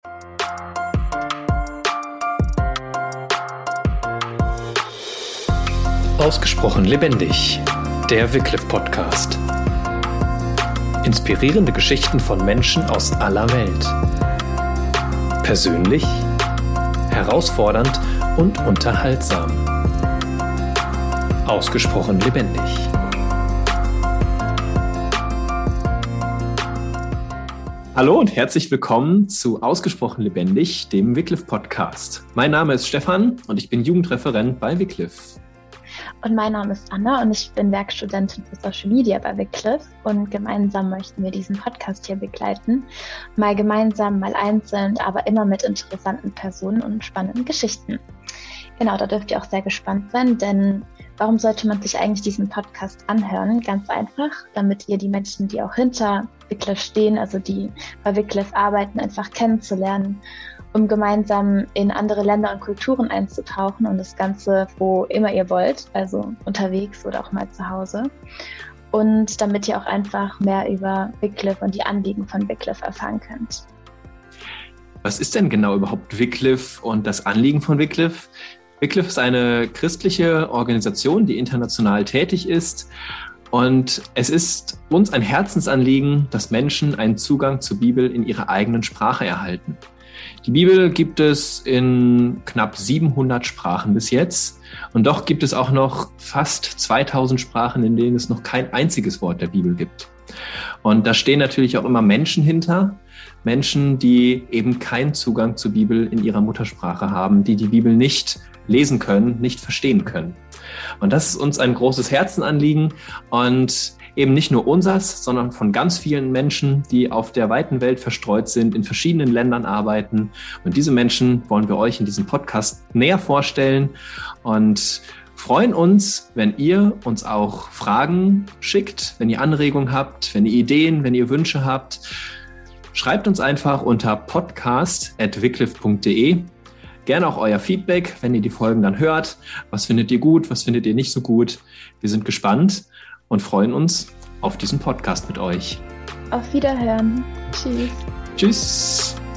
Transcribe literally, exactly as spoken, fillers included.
Ausgesprochen lebendig, der Wycliffe Podcast. Inspirierende Geschichten von Menschen aus aller Welt. Persönlich, herausfordernd und unterhaltsam. Ausgesprochen lebendig. Hallo und herzlich willkommen zu Ausgesprochen lebendig, dem Wycliffe Podcast. Mein Name ist Stefan und ich bin Jugendreferent bei Wycliffe. Und mein Name ist Anna und ich bin Werkstudentin für Social Media bei Wycliffe und gemeinsam möchten wir diesen Podcast hier begleiten. Mal gemeinsam, mal einzeln, aber immer mit interessanten Personen und spannenden Geschichten. Genau, da dürft ihr auch sehr gespannt sein, denn warum sollte man sich eigentlich diesen Podcast anhören? Ganz einfach, damit ihr die Menschen, die auch hinter Wycliffe stehen, also die bei Wycliffe arbeiten, einfach kennenzulernen, um gemeinsam in andere Länder und Kulturen einzutauchen und das Ganze, wo immer ihr wollt, also unterwegs oder auch mal zu Hause. Und damit ihr auch einfach mehr über Wycliffe und die Anliegen von Wycliffe erfahren könnt. Was ist denn genau überhaupt Wycliffe und das Anliegen von Wycliffe? Wycliffe ist eine christliche Organisation, die international tätig ist. Und es ist uns ein Herzensanliegen, dass Menschen einen Zugang zur Bibel in ihrer eigenen Sprache erhalten. Die Bibel gibt es in knapp siebenhundert Sprachen bis jetzt. Und doch gibt es auch noch fast zweitausend Sprachen, in denen es noch kein einziges Wort der Bibel gibt. Und da stehen natürlich auch immer Menschen hinter. Menschen, die eben keinen Zugang zur Bibel in ihrer Muttersprache haben, die die Bibel nicht lesen können, nicht verstehen können. Und das ist uns ein großes Herzensanliegen und eben nicht nur unseres, sondern von ganz vielen Menschen, die auf der weiten Welt verstreut sind, in verschiedenen Ländern arbeiten. Und diese Menschen wollen wir euch in diesem Podcast näher vorstellen und freuen uns, wenn ihr uns auch Fragen schickt, wenn ihr Anregungen habt, wenn ihr Ideen, wenn ihr Wünsche habt. Schreibt uns einfach unter podcast at wycliffe punkt de. Gerne auch euer Feedback, wenn ihr die Folgen dann hört. Was findet ihr gut, was findet ihr nicht so gut? Wir sind gespannt und freuen uns auf diesen Podcast mit euch. Auf Wiederhören. Tschüss. Tschüss.